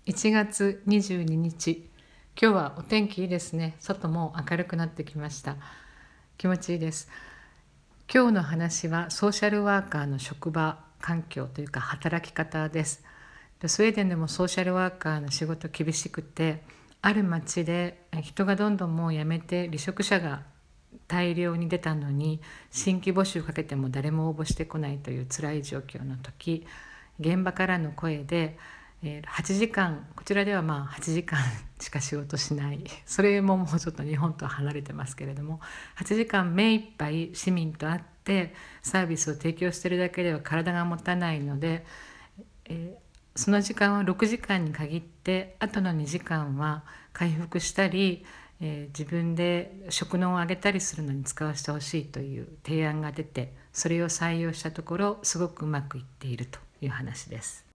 1月22日、今日はお天気いいですね。外も明るくなってきました。気持ちいいです。今日の話はソーシャルワーカーの職場環境というか働き方です。スウェーデンでもソーシャルワーカーの仕事厳しくて、ある町で人がどんどんもう辞めて離職者が大量に出たのに、新規募集かけても誰も応募してこないという辛い状況の時、現場からの声で8時間、こちらでは8時間しか仕事しない、それももうちょっと日本とは離れてますけれども、8時間目いっぱい市民と会ってサービスを提供しているだけでは体が持たないので、その時間は6時間に限って、あとの2時間は回復したり、自分で職能を上げたりするのに使わせてほしいという提案が出て、それを採用したところすごくうまくいっているという話です。